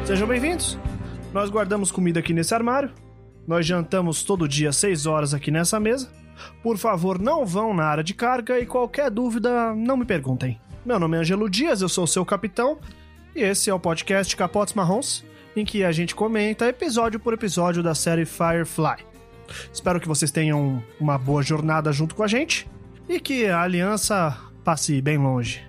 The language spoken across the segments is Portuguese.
Sejam bem-vindos. Nós guardamos comida aqui nesse armário. Nós jantamos todo dia 6 horas aqui nessa mesa. Por favor, não vão na área de carga e qualquer dúvida, não me perguntem. Meu nome é Ângelo Dias, eu sou o seu capitão. E esse é o podcast Capotes Marrons, em que a gente comenta episódio por episódio da série Firefly. Espero que vocês tenham uma boa jornada junto com a gente e que a aliança passe bem longe.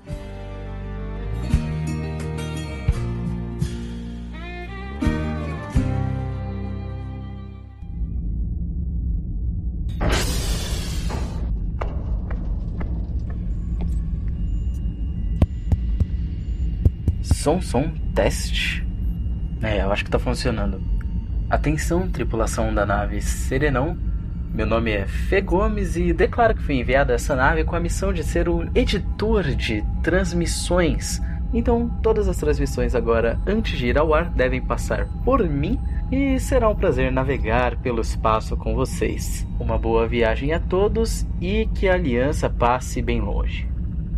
Som, teste. Eu acho que tá funcionando. Atenção, tripulação da nave Serenão. Meu nome é Fê Gomes e declaro que fui enviado a essa nave com a missão de ser o editor de transmissões. Então, todas as transmissões agora, antes de ir ao ar, devem passar por mim e será um prazer navegar pelo espaço com vocês. Uma boa viagem a todos e que a aliança passe bem longe.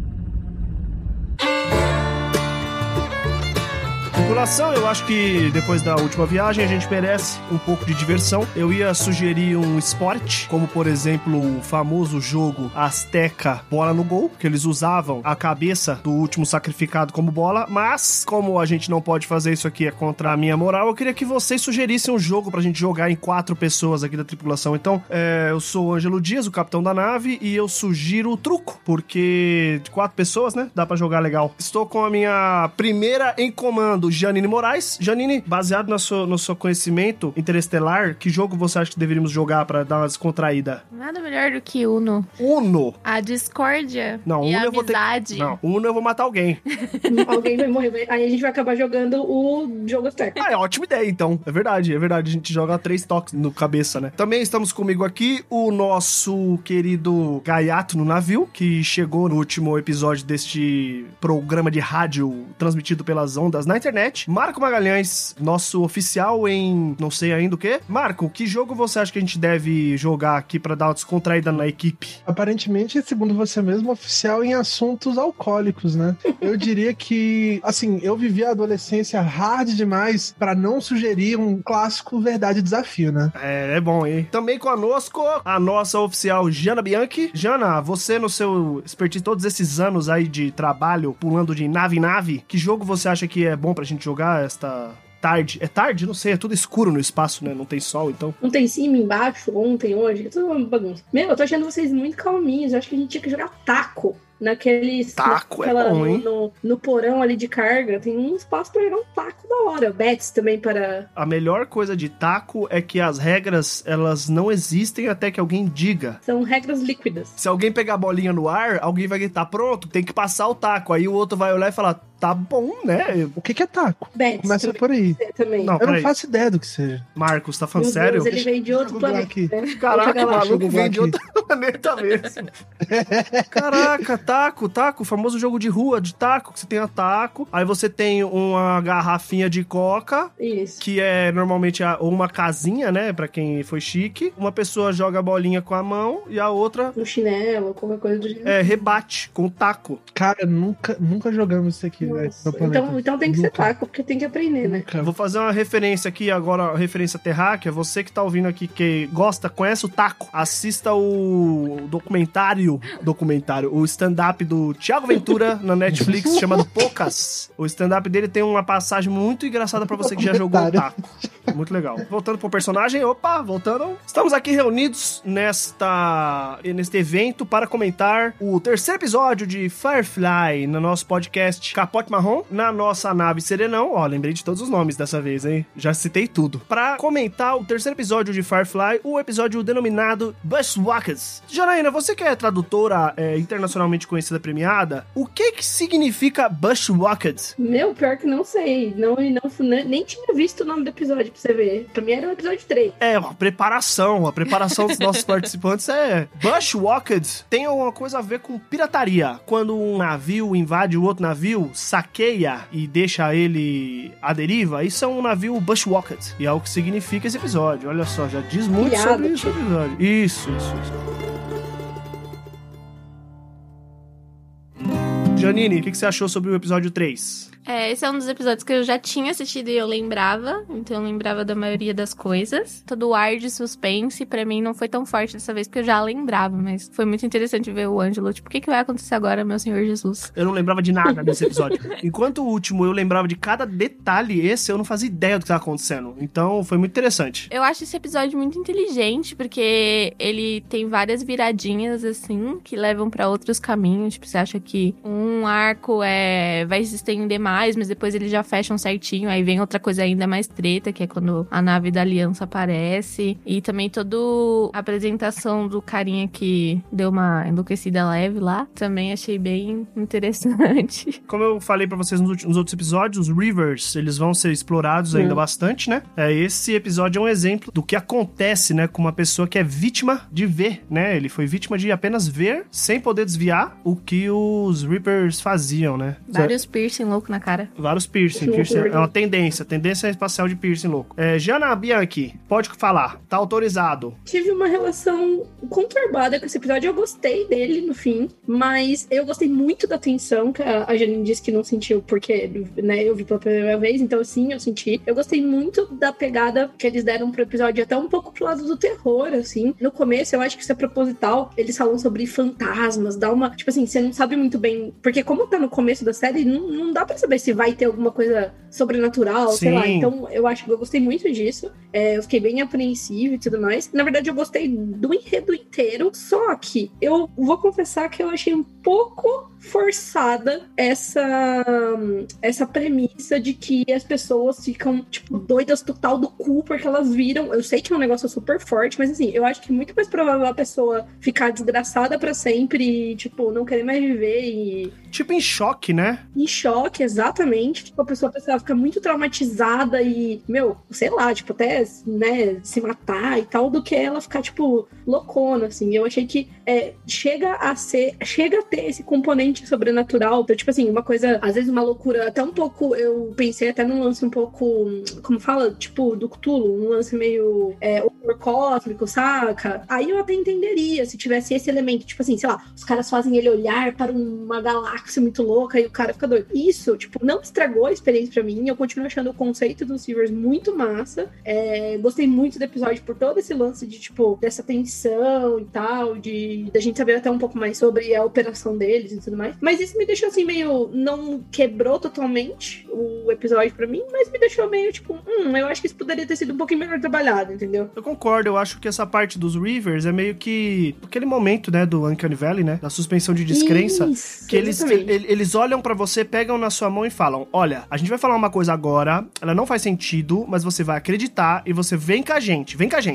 Tripulação, eu acho que depois da última viagem a gente merece um pouco de diversão. Eu ia sugerir um esporte, como por exemplo o famoso jogo Azteca Bola no Gol, que eles usavam a cabeça do último sacrificado como bola, mas como a gente não pode fazer isso aqui, é contra a minha moral, eu queria que vocês sugerissem um jogo pra gente jogar em 4 pessoas aqui da tripulação. Então, eu sou o Ângelo Dias, o capitão da nave, e eu sugiro o truco, porque de 4 pessoas, né, dá pra jogar legal. Estou com a minha primeira em comando, Janine Moraes. Janine, baseado no seu conhecimento interestelar, que jogo você acha que deveríamos jogar pra dar uma descontraída? Nada melhor do que Uno. Uno? A discórdia não, e Uno a eu vou amizade. ter... Não, Uno eu vou matar alguém. Alguém vai morrer. Aí a gente vai acabar jogando o jogo Azteca. É ótima ideia, então. É verdade. A gente joga 3 toques no cabeça, né? Também estamos comigo aqui o nosso querido Gaiato no Navio, que chegou no último episódio deste programa de rádio transmitido pelas ondas na internet. Marco Magalhães, nosso oficial em não sei ainda o quê. Marco, que jogo você acha que a gente deve jogar aqui pra dar uma descontraída na equipe? Aparentemente, segundo você mesmo, oficial em assuntos alcoólicos, né? Eu diria que, assim, eu vivi a adolescência hard demais pra não sugerir um clássico Verdade e Desafio, né? É bom, hein? Também conosco a nossa oficial Jana Bianchi. Jana, você no seu expertise todos esses anos aí de trabalho, pulando de nave em nave, que jogo você acha que é bom pra gente jogar esta tarde? É tarde? Não sei, é tudo escuro no espaço, né? Não tem sol, então. Não tem cima, embaixo, ontem, hoje, é tudo uma bagunça. Meu, eu tô achando vocês muito calminhos, eu acho que a gente tinha que jogar taco. Naqueles... Taco é bom, hein? No porão ali de carga, tem um espaço pra jogar um taco da hora. Bets também para... A melhor coisa de taco é que as regras, elas não existem até que alguém diga. São regras líquidas. Se alguém pegar a bolinha no ar, alguém vai gritar, pronto, tem que passar o taco. Aí o outro vai olhar e falar, tá bom, né? O que é taco? Bets. Começa por aí. Também. Não, eu não faço ideia do que seja. Marcos, tá falando Meu sério? Deus, ele veio de outro planeta. Aqui. Né? Caraca, o maluco veio de aqui. outro planeta mesmo. Caraca, taco, o famoso jogo de rua, de taco, que você tem a taco, aí você tem uma garrafinha de coca, Isso. que é normalmente uma casinha, né, pra quem foi chique, uma pessoa joga a bolinha com a mão e a outra... Um chinelo, qualquer coisa do gênero. Rebate com o taco. Cara, nunca jogamos isso aqui, velho. Então tem que ser taco, porque tem que aprender, né? Vou fazer uma referência aqui agora, uma referência terráquea. Você que tá ouvindo aqui, que gosta, conhece o taco, assista o documentário, o stand-up do Thiago Ventura na Netflix, chamado Poucas. O stand-up dele tem uma passagem muito engraçada pra você que já jogou o taco. Muito legal. Voltando pro personagem, voltando. Estamos aqui reunidos neste evento para comentar o 3º episódio de Firefly no nosso podcast Capote Marrom, na nossa nave Serenão. Lembrei de todos os nomes dessa vez, hein? Já citei tudo. Para comentar o 3º episódio de Firefly, o episódio denominado Bushwhackers. Janaína, você que é tradutora internacionalmente conhecida, premiada, o que significa Bushwhackers? Meu, pior que não sei. Nem tinha visto o nome do episódio pra você ver. Pra mim era o episódio 3. A preparação dos nossos participantes é... Bushwhackers tem alguma coisa a ver com pirataria. Quando um navio invade o outro navio, saqueia e deixa ele à deriva, isso é um navio Bushwhackers. E é o que significa esse episódio. Olha só, já diz muito sobre esse episódio. Isso. Janine, o que você achou sobre o episódio 3? Esse é um dos episódios que eu já tinha assistido e eu lembrava. Então eu lembrava da maioria das coisas. Todo o ar de suspense, pra mim, não foi tão forte dessa vez, porque eu já lembrava. Mas foi muito interessante ver o Ângelo. Tipo, o que vai acontecer agora, meu Senhor Jesus? Eu não lembrava de nada desse episódio. Enquanto o último eu lembrava de cada detalhe, esse eu não fazia ideia do que estava acontecendo. Então foi muito interessante. Eu acho esse episódio muito inteligente, porque ele tem várias viradinhas, assim, que levam pra outros caminhos. Tipo, você acha que um arco vai se estender mais, mas depois eles já fecham certinho, aí vem outra coisa ainda mais treta, que é quando a nave da Aliança aparece, e também toda a apresentação do carinha que deu uma enlouquecida leve lá, também achei bem interessante. Como eu falei pra vocês nos outros episódios, os Rivers, eles vão ser explorados ainda bastante, né? Esse episódio é um exemplo do que acontece, né, com uma pessoa que é vítima de ver, né? Ele foi vítima de apenas ver, sem poder desviar, o que os Reapers faziam, né? Vários piercing louco na cara. Vários piercing. É uma tendência espacial de piercing louco. Jana Bianchi, pode falar. Tá autorizado. Tive uma relação conturbada com esse episódio. Eu gostei dele no fim, mas eu gostei muito da tensão, que a Janine disse que não sentiu, porque, né, eu vi pela primeira vez, então sim, eu senti. Eu gostei muito da pegada que eles deram pro episódio, até um pouco pro lado do terror, assim. No começo, eu acho que isso é proposital. Eles falam sobre fantasmas, dá uma... Tipo assim, você não sabe muito bem... Porque como tá no começo da série, não dá pra saber se vai ter alguma coisa sobrenatural, sei lá. Então, eu acho que eu gostei muito disso. Eu fiquei bem apreensiva e tudo mais. Na verdade, eu gostei do enredo inteiro, só que eu vou confessar que eu achei um pouco forçada essa premissa de que as pessoas ficam, tipo, doidas total do cu porque elas viram. Eu sei que é um negócio super forte, mas assim, eu acho que é muito mais provável a pessoa ficar desgraçada pra sempre e, tipo, não querer mais viver e... Tipo, em choque, né? Em choque, exatamente. Tipo, a pessoa fica muito traumatizada e, sei lá, tipo, até, né, se matar e tal, do que ela ficar, tipo, loucona, assim. Eu achei que chega a ter esse componente sobrenatural. Então, tipo assim, uma coisa, às vezes uma loucura, até um pouco, eu pensei até num lance um pouco, como fala? Tipo, do Cthulhu, um lance meio horror cósmico, saca? Aí eu até entenderia se tivesse esse elemento, tipo assim, sei lá, os caras fazem ele olhar para uma galáxia muito louca e o cara fica doido. Isso, tipo, não estragou a experiência pra mim. Eu continuo achando o conceito dos Rivers muito massa. Gostei muito do episódio por todo esse lance de, tipo, dessa tensão e tal, da gente saber até um pouco mais sobre a operação deles e tudo mais. Mas isso me deixou assim meio... Não quebrou totalmente o episódio pra mim, mas me deixou meio tipo... eu acho que isso poderia ter sido um pouquinho melhor trabalhado, entendeu? Eu concordo, eu acho que essa parte dos Rivers é meio que... Aquele momento, né, do Uncanny Valley, né? Da suspensão de descrença. Isso, que eles olham pra você, pegam na sua mão e falam, olha, a gente vai falar uma coisa agora, ela não faz sentido, mas você vai acreditar e você vem com a gente.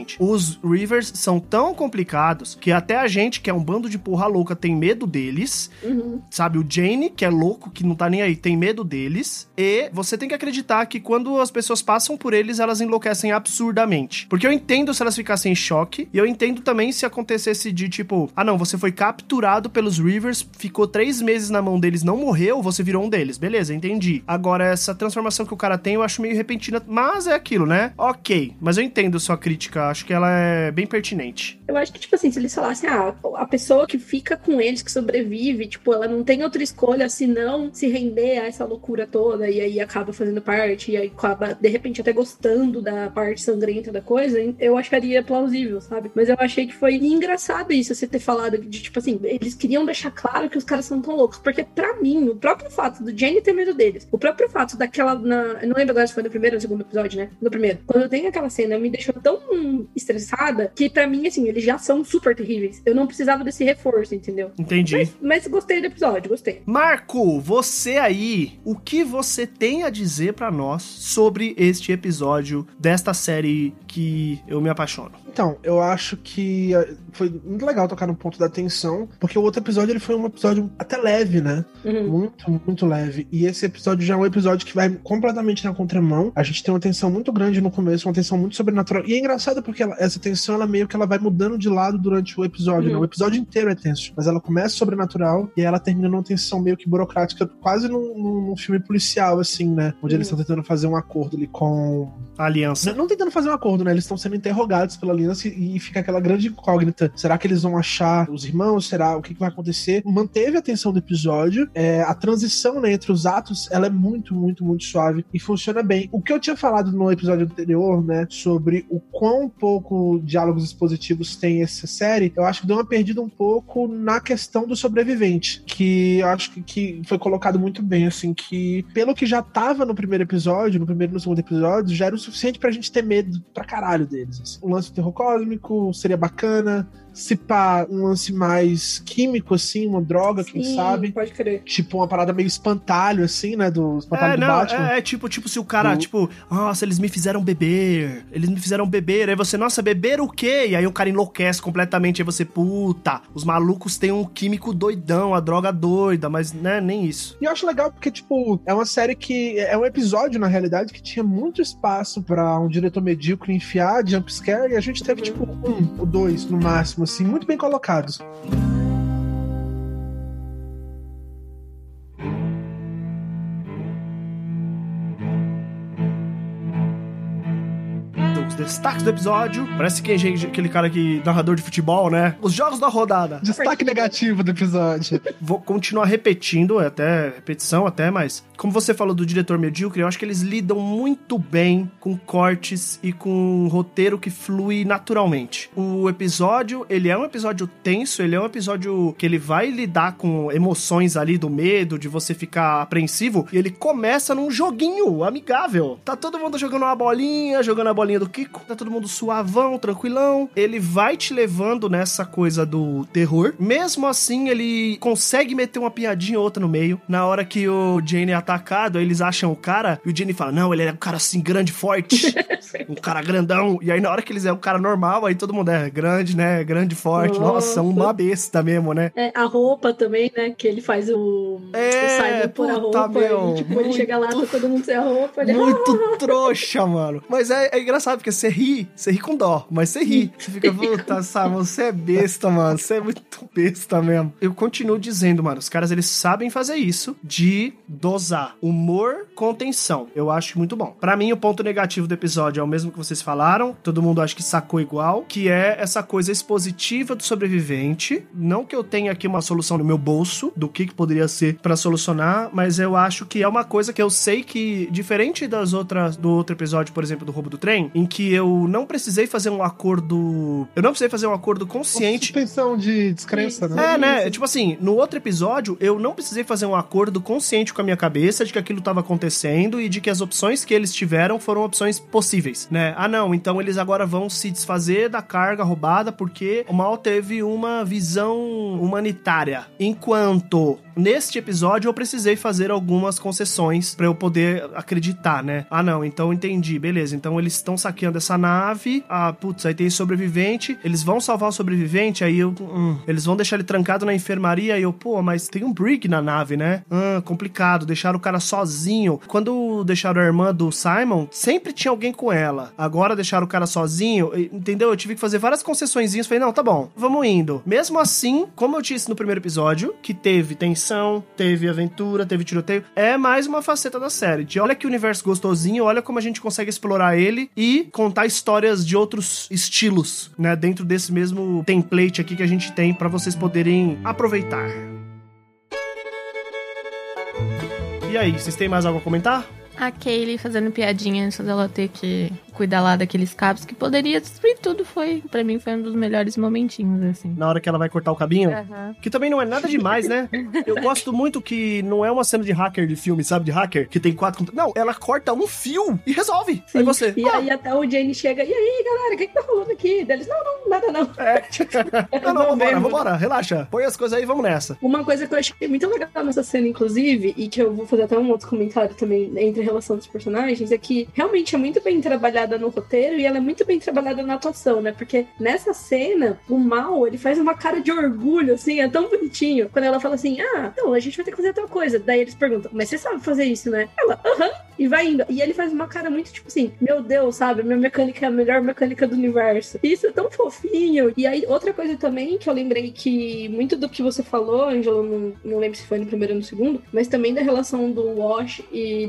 Os Rivers são tão complicados que até a gente, que é um bando de porra louca, tem medo deles. Sabe, o Jane, que é louco, que não tá nem aí, tem medo deles. E você tem que acreditar que quando as pessoas passam por eles, elas enlouquecem absurdamente. Porque eu entendo se elas ficassem em choque, e eu entendo também se acontecesse de tipo, não, você foi capturado pelos Rivers, ficou 3 meses na mão deles, não morreu, você virou um deles. Beleza, entendi. Agora, essa transformação que o cara tem, eu acho meio repentina, mas é aquilo, né? Ok, mas eu entendo sua crítica, acho que ela é bem pertinente. Eu acho que, tipo assim, se eles falassem, a pessoa que fica com eles, que sobrevive, tipo, ela não tem outra escolha senão se render a essa loucura toda, e aí acaba fazendo parte, e aí acaba, de repente, até gostando da parte sangrenta da coisa, eu acharia plausível, sabe? Mas eu achei que foi engraçado isso, você ter falado de, tipo assim, eles queriam deixar claro que os caras são tão loucos, porque pra mim, o próprio fato do Jenny ter medo deles, o próprio fato daquela, eu não lembro agora se foi no primeiro ou no segundo episódio, né? No primeiro. Quando tem aquela cena, me deixou tão estressada que pra mim, assim, eles já são super terríveis. Eu não precisava desse reforço, entendeu? Entendi. Mas gostei do episódio, gostei. Marco, você aí, o que você tem a dizer pra nós sobre este episódio desta série que eu me apaixono? Então, eu acho que foi muito legal tocar no ponto da tensão, porque o outro episódio, ele foi um episódio até leve, né? Muito, muito leve. E esse episódio já é um episódio que vai completamente na contramão. A gente tem uma tensão muito grande no começo, uma tensão muito sobrenatural. E é engraçado porque essa tensão, ela meio que ela vai mudando de lado durante o episódio, né? O episódio inteiro é tenso, mas ela começa sobrenatural e ela termina numa tensão meio que burocrática, quase num filme policial, assim, né? Onde eles estão tentando fazer um acordo ali com... A aliança. Não tentando fazer um acordo, né? Eles estão sendo interrogados pela aliança e fica aquela grande incógnita volta? Será que eles vão achar os irmãos? Será? O que vai acontecer? Manteve a tensão do episódio. A transição, né, entre os atos, ela é muito, muito, muito suave e funciona bem. O que eu tinha falado no episódio anterior, né, sobre o quão pouco diálogos expositivos tem essa série, eu acho que deu uma perdida um pouco na questão do sobrevivente, que eu acho que foi colocado muito bem, assim, que pelo que já tava no primeiro episódio, no primeiro e no segundo episódio, já era o suficiente pra gente ter medo pra caralho deles, assim. Um lance de terror cósmico seria bacana, se pá, um lance mais químico, assim, uma droga, quem sabe. Pode crer. Tipo, uma parada meio espantalho, assim, né, do espantalho do Batman. Tipo se o cara, tipo, nossa, eles me fizeram beber, aí você, nossa, beber o quê? E aí o cara enlouquece completamente, aí você, puta, os malucos têm um químico doidão, a droga doida, mas, né, nem isso. E eu acho legal porque, tipo, é uma série que, é um episódio, na realidade, que tinha muito espaço pra um diretor medíocre enfiar jumpscare, e a gente teve, tipo, 1 ou 2, no máximo, assim, muito bem colocados. Os destaques do episódio, parece que aquele cara aqui, narrador de futebol, né? Os jogos da rodada. Destaque negativo do episódio. Vou continuar repetindo, repetição até, mas como você falou do diretor medíocre, eu acho que eles lidam muito bem com cortes e com um roteiro que flui naturalmente. O episódio, ele é um episódio tenso, ele é um episódio que ele vai lidar com emoções ali do medo, de você ficar apreensivo, e ele começa num joguinho amigável. Tá todo mundo jogando a bolinha do Kiko, tá todo mundo suavão, tranquilão. Ele vai te levando nessa coisa do terror. Mesmo assim, ele consegue meter uma piadinha ou outra no meio. Na hora que o Jane é atacado, eles acham o cara, e o Jane fala, não, ele é um cara assim, grande, forte, um cara grandão. E aí na hora que eles é um cara normal, aí todo mundo é grande, né, grande, forte. Nossa, uma besta mesmo, né? A roupa também, né, que ele faz o Simon por a roupa. Meu, e, tipo, ele chega lá, tá todo mundo sem a roupa. Ele... Muito trouxa, mano. Mas é engraçado, porque você ri com dó, mas você ri. Você fica, puta, Simon, você é besta, mano. Você é muito besta mesmo. Eu continuo dizendo, mano, os caras, eles sabem fazer isso de dosar humor com tensão. Eu acho muito bom. Pra mim, o ponto negativo do episódio é o mesmo que vocês falaram. Todo mundo acho que sacou igual, que é essa coisa expositiva do sobrevivente. Não que eu tenha aqui uma solução no meu bolso do que poderia ser pra solucionar, mas eu acho que é uma coisa que eu sei que, diferente do outro episódio, por exemplo, do roubo do trem, em que eu não precisei fazer um acordo... Eu não precisei fazer um acordo consciente. Suspensão de descrença, né? Né? Tipo assim, no outro episódio, eu não precisei fazer um acordo consciente com a minha cabeça de que aquilo estava acontecendo e de que as opções que eles tiveram foram opções possíveis, né? Ah, não, então eles agora vão se desfazer da carga roubada porque o mal teve uma visão humanitária. Enquanto neste episódio eu precisei fazer algumas concessões pra eu poder acreditar, né? Ah, não, então entendi, beleza. Então eles estão saqueando essa nave. Ah, putz, aí tem sobrevivente. Eles vão salvar o sobrevivente, aí eles vão deixar ele trancado na enfermaria. E eu, pô, mas tem um Brig na nave, né? Complicado. Deixaram o cara sozinho. Quando deixaram a irmã do Simon, sempre tinha alguém com ela. Agora deixaram o cara sozinho, entendeu? Eu tive que fazer várias concessõezinhas. Falei, não, tá bom, vamos indo. Mesmo assim, como eu disse no primeiro episódio, que teve tensão, teve aventura, teve tiroteio, é mais uma faceta da série. De olha que universo gostosinho, olha como a gente consegue explorar ele e contar histórias de outros estilos, né? Dentro desse mesmo template aqui que a gente tem pra vocês poderem aproveitar. E aí, vocês têm mais algo a comentar? A Kaylee fazendo piadinha antes dela ter que cuidar lá daqueles cabos que poderia destruir tudo, pra mim foi um dos melhores momentinhos, assim. Na hora que ela vai cortar o cabinho? Uhum. Que também não é nada demais, né? Eu gosto muito que não é uma cena de hacker de filme, sabe? De hacker, que tem 4... Não, ela corta um fio e resolve. Sim. Aí você... E aí até o Jane chega, e aí, galera, o que tá rolando aqui? Deles, não, nada não. Vambora, relaxa. Põe as coisas aí e vamos nessa. Uma coisa que eu achei muito legal nessa cena, inclusive, e que eu vou fazer até um outro comentário também entre a relação dos personagens, é que realmente é muito bem trabalhada no roteiro e ela é muito bem trabalhada na atuação, né? Porque nessa cena, o Mal, ele faz uma cara de orgulho, assim, é tão bonitinho. Quando ela fala assim, então a gente vai ter que fazer tal coisa. Daí eles perguntam, mas você sabe fazer isso, né? Ela, e vai indo. E ele faz uma cara muito, tipo assim, meu Deus, sabe? Minha mecânica é a melhor mecânica do universo. E isso é tão fofinho. E aí, outra coisa também que eu lembrei que muito do que você falou, Angela, não lembro se foi no primeiro ou no segundo, mas também da relação do Wash e da Zoe,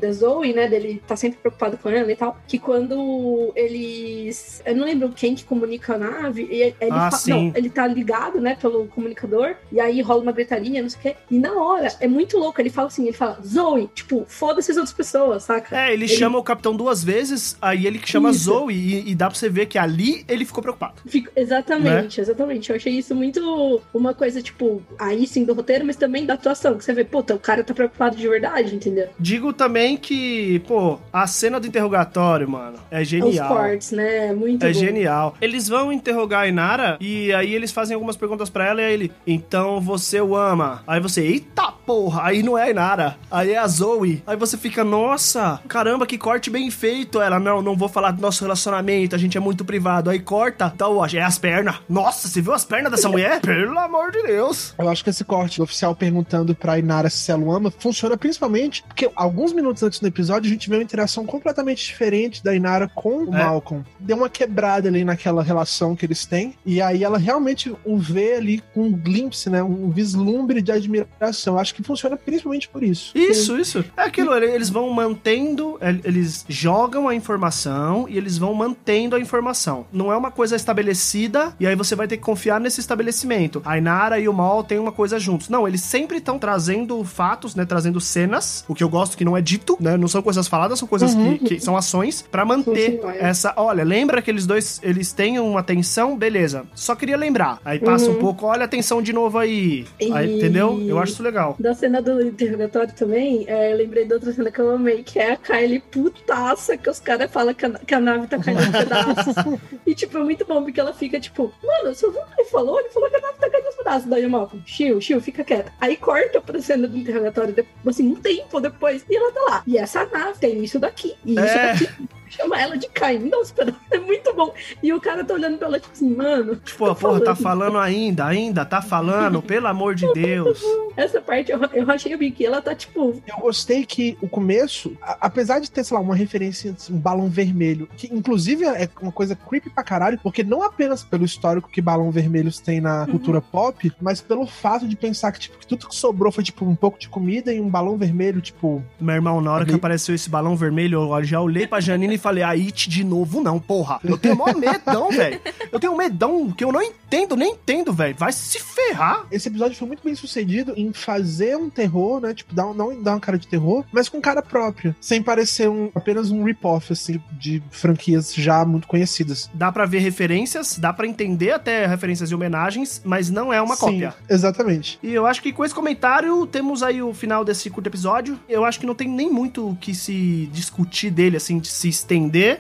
Zoe, né, dele tá sempre preocupado com ela e tal, que quando eles... Eu não lembro quem que comunica a nave, e ele sim. Não, ele tá ligado, né, pelo comunicador, e aí rola uma gritaria, não sei o quê, e na hora, é muito louco, ele fala Zoe, tipo, foda-se as outras pessoas, saca? Ele chama o capitão 2 vezes, aí ele que chama Zoe, e dá pra você ver que ali ele ficou preocupado. Exatamente. Eu achei isso muito uma coisa, tipo, aí sim do roteiro, mas também da atuação, que você vê, puta, o cara tá preocupado de verdade, entendeu? Digo também que, pô, a cena do interrogatório, mano, é genial. Os cortes, né? Muito bom. É genial. Eles vão interrogar a Inara e aí eles fazem algumas perguntas pra ela e aí ele, então você o ama. Aí você, eita porra, aí não é a Inara, aí é a Zoe. Aí você fica, nossa, caramba, que corte bem feito. Ela, não vou falar do nosso relacionamento, a gente é muito privado. Aí corta, então, é as pernas. Nossa, você viu as pernas dessa mulher? Pelo amor de Deus. Eu acho que esse corte do oficial perguntando pra Inara se ela o ama funciona principalmente porque alguns minutos antes do episódio a gente vê uma interação completamente diferente da Inara com o Malcolm. Deu uma quebrada ali naquela relação que eles têm, e aí ela realmente o vê ali com um glimpse, né, um vislumbre de admiração. Acho que funciona principalmente por isso. Isso. É aquilo, eles vão mantendo, eles jogam a informação e eles vão mantendo a informação. Não é uma coisa estabelecida e aí você vai ter que confiar nesse estabelecimento. A Inara e o Mal têm uma coisa juntos. Não, eles sempre estão trazendo fatos, né, trazendo cenas, o que eu gosto que não é dito, né, não são coisas faladas, são coisas que são ações pra manter essa... Olha, lembra que eles dois, eles têm uma tensão? Beleza. Só queria lembrar. Aí passa um pouco, olha a tensão de novo aí. Aí, entendeu? Eu acho isso legal. Da cena do interrogatório também, eu lembrei de outra cena que eu amei, que é a Kylie putaça, que os caras falam que a nave tá caindo em pedaços. E, tipo, é muito bom, porque ela fica, tipo, mano, você ouviu o que ele falou? Ele falou que a nave tá caindo em pedaços. Daí o Malcolm, Chiu, fica quieta. Aí corta pra cena do interrogatório, assim, um tempo depois, e ela tá lá. E essa nave tem isso daqui, e isso daqui. Chama ela de caindo aos pedaços. É muito bom. E o cara tá olhando pra ela, tipo assim, mano. Tipo, tá falando ainda, tá falando, pelo amor de Deus. Essa parte eu achei o bico. Ela tá, tipo. Eu gostei que o começo, apesar de ter, sei lá, uma referência, um balão vermelho, que inclusive é uma coisa creepy pra caralho, porque não apenas pelo histórico que balão vermelhos tem na cultura pop, mas pelo fato de pensar que, tipo, que tudo que sobrou foi, tipo, um pouco de comida e um balão vermelho, tipo. Meu irmão, na hora que apareceu esse balão vermelho, eu já olhei pra Janine e falei, It de novo não, porra. Eu tenho maior medão, velho. Eu tenho um medão que eu não entendo, velho. Vai se ferrar. Esse episódio foi muito bem sucedido em fazer um terror, né? Tipo, não dar uma cara de terror, mas com cara própria. Sem parecer apenas um rip-off, assim, de franquias já muito conhecidas. Dá pra ver referências, dá pra entender até referências e homenagens, mas não é uma cópia. Exatamente. E eu acho que com esse comentário, temos aí o final desse curto episódio. Eu acho que não tem nem muito o que se discutir dele, assim, de se estender.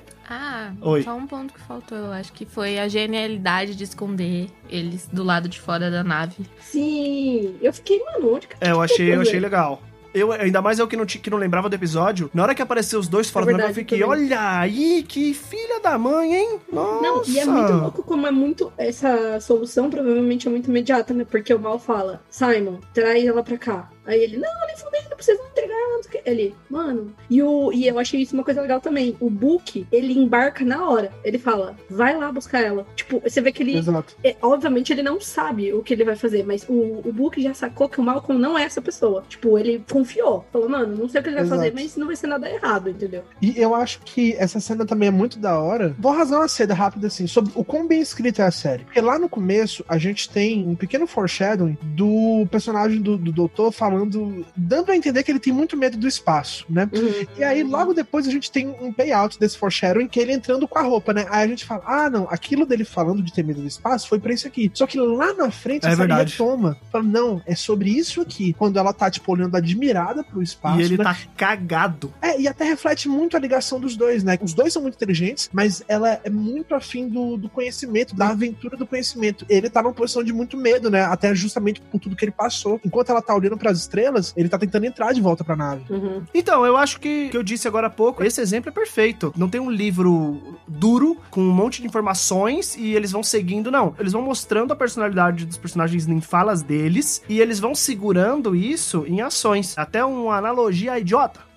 Só um ponto que faltou, eu acho que foi a genialidade de esconder eles do lado de fora da nave. Sim, eu fiquei, mano, onde que eu achei legal. Ainda mais eu que não lembrava do episódio. Na hora que apareceu os dois fora da nave, eu fiquei, olha aí, que filha da mãe, hein? Nossa! Não, e é muito louco como é muito... Essa solução provavelmente é muito imediata, né? Porque o Mal fala, Simon, traz ela pra cá. Aí ele, não, nem fudendo, vocês vão entregar, não sei o que. Ele, mano... E eu achei isso uma coisa legal também. O Book, ele embarca na hora. Ele fala, vai lá buscar ela. Tipo, você vê que ele... Exato. Obviamente ele não sabe o que ele vai fazer, mas o Book já sacou que o Malcolm não é essa pessoa. Tipo, ele confiou. Falou, mano, não sei o que ele vai fazer, mas não vai ser nada errado, entendeu? E eu acho que essa cena também é muito da hora. Vou rasgar uma seda rápida, assim, sobre o quão bem escrita é a série. Porque lá no começo, a gente tem um pequeno foreshadowing do personagem do doutor falando, dando a entender que ele tem muito medo do espaço, né? E aí, logo depois, a gente tem um payout desse foreshadowing, que ele entrando com a roupa, né? Aí a gente fala, não, aquilo dele falando de ter medo do espaço foi pra isso aqui. Só que lá na frente, essa retoma. Fala, não, é sobre isso aqui. Quando ela tá, tipo, olhando admirada pro espaço. E ele, né? Tá cagado. E até reflete muito a ligação dos dois, né? Os dois são muito inteligentes, mas ela é muito afim do conhecimento, da aventura do conhecimento. Ele tá numa posição de muito medo, né? Até justamente por tudo que ele passou. Enquanto ela tá olhando pras estrelas, ele tá tentando entrar de volta pra nave. Então, eu acho que eu disse agora há pouco, esse exemplo é perfeito. Não tem um livro duro, com um monte de informações, e eles vão seguindo, não. Eles vão mostrando a personalidade dos personagens em falas deles, e eles vão segurando isso em ações. Até uma analogia idiota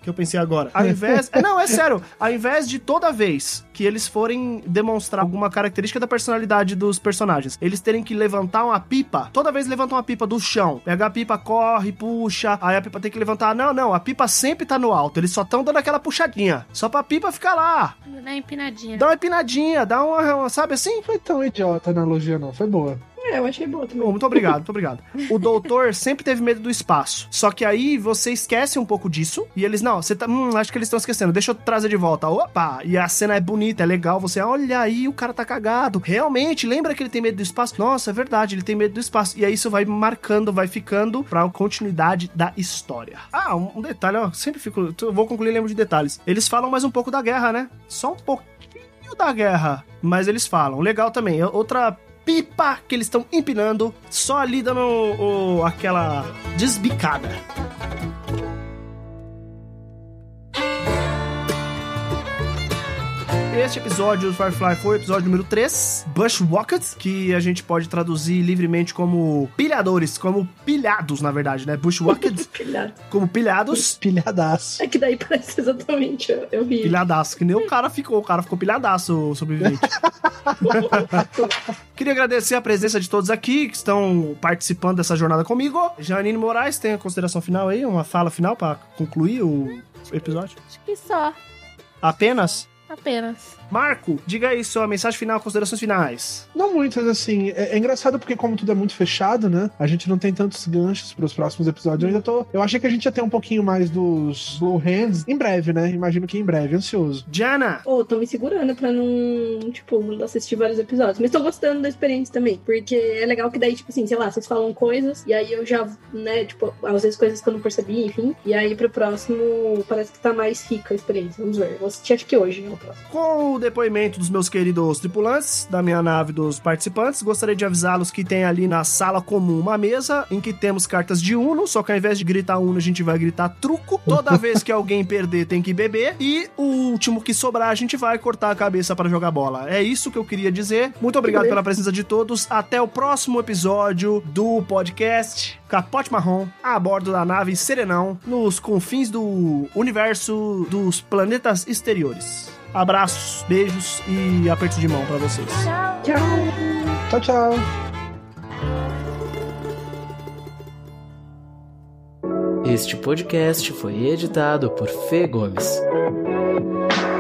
que eu pensei agora. Ao invés... Não, é sério. Ao invés de toda vez que eles forem demonstrar alguma característica da personalidade dos personagens, eles terem que levantar uma pipa, toda vez levantam uma pipa do chão. Pega a pipa, corre, puxa, aí a pipa tem que levantar. Não, a pipa sempre tá no alto. Eles só estão dando aquela puxadinha. Só pra pipa ficar lá. Dá uma empinadinha. Dá uma empinadinha, dá uma sabe assim? Não foi tão idiota a analogia, não. Foi boa. Eu achei boa também. Oh, muito obrigado. O doutor sempre teve medo do espaço. Só que aí você esquece um pouco disso. E eles, não, você tá. Acho que eles estão esquecendo. Deixa eu trazer de volta. Opa! E a cena é bonita, é legal. Você, olha aí, o cara tá cagado. Realmente, lembra que ele tem medo do espaço? Nossa, é verdade, ele tem medo do espaço. E aí isso vai marcando, vai ficando pra continuidade da história. Um detalhe, ó. Sempre fico. Vou concluir, lembro de detalhes. Eles falam mais um pouco da guerra, né? Só um pouquinho da guerra. Mas eles falam. Legal também. Outra pipa que eles estão empinando, só ali dando aquela desbicada. Este episódio do Firefly foi o episódio número 3, Bushwhackers, que a gente pode traduzir livremente como pilhadores, como pilhados, na verdade, né? Bushwhackers, como pilhados. Pilhadaço. É que daí parece exatamente, eu ri. Pilhadaço, que nem o cara ficou pilhadaço, o sobrevivente. Queria agradecer a presença de todos aqui que estão participando dessa jornada comigo. Janine Moraes, tem a consideração final aí, uma fala final pra concluir o episódio? Acho que só. Apenas? Apenas. Marco, diga aí sua mensagem final, considerações finais. Não muitas, assim. É engraçado porque como tudo é muito fechado, né? A gente não tem tantos ganchos pros próximos episódios. Eu achei que a gente ia ter um pouquinho mais dos Slow Hands em breve, né? Imagino que em breve, ansioso. Diana! Tô me segurando pra não, assistir vários episódios. Mas tô gostando da experiência também. Porque é legal que daí, sei lá, vocês falam coisas e aí eu já, né, às vezes coisas que eu não percebi, enfim. E aí pro próximo parece que tá mais rica a experiência. Vamos ver. Vou assistir acho que hoje, né, o próximo. Com o depoimento dos meus queridos tripulantes, da minha nave dos participantes, gostaria de avisá-los que tem ali na sala comum uma mesa em que temos cartas de Uno, só que ao invés de gritar Uno, a gente vai gritar truco. Toda vez que alguém perder, tem que beber. E o último que sobrar, a gente vai cortar a cabeça para jogar bola. É isso que eu queria dizer. Muito obrigado pela presença de todos. Até o próximo episódio do podcast Capote Marrom, a bordo da nave Serenão, nos confins do universo dos planetas exteriores. Abraços, beijos e apertos de mão pra vocês. Tchau, tchau. Este podcast foi editado por Fê Gomes.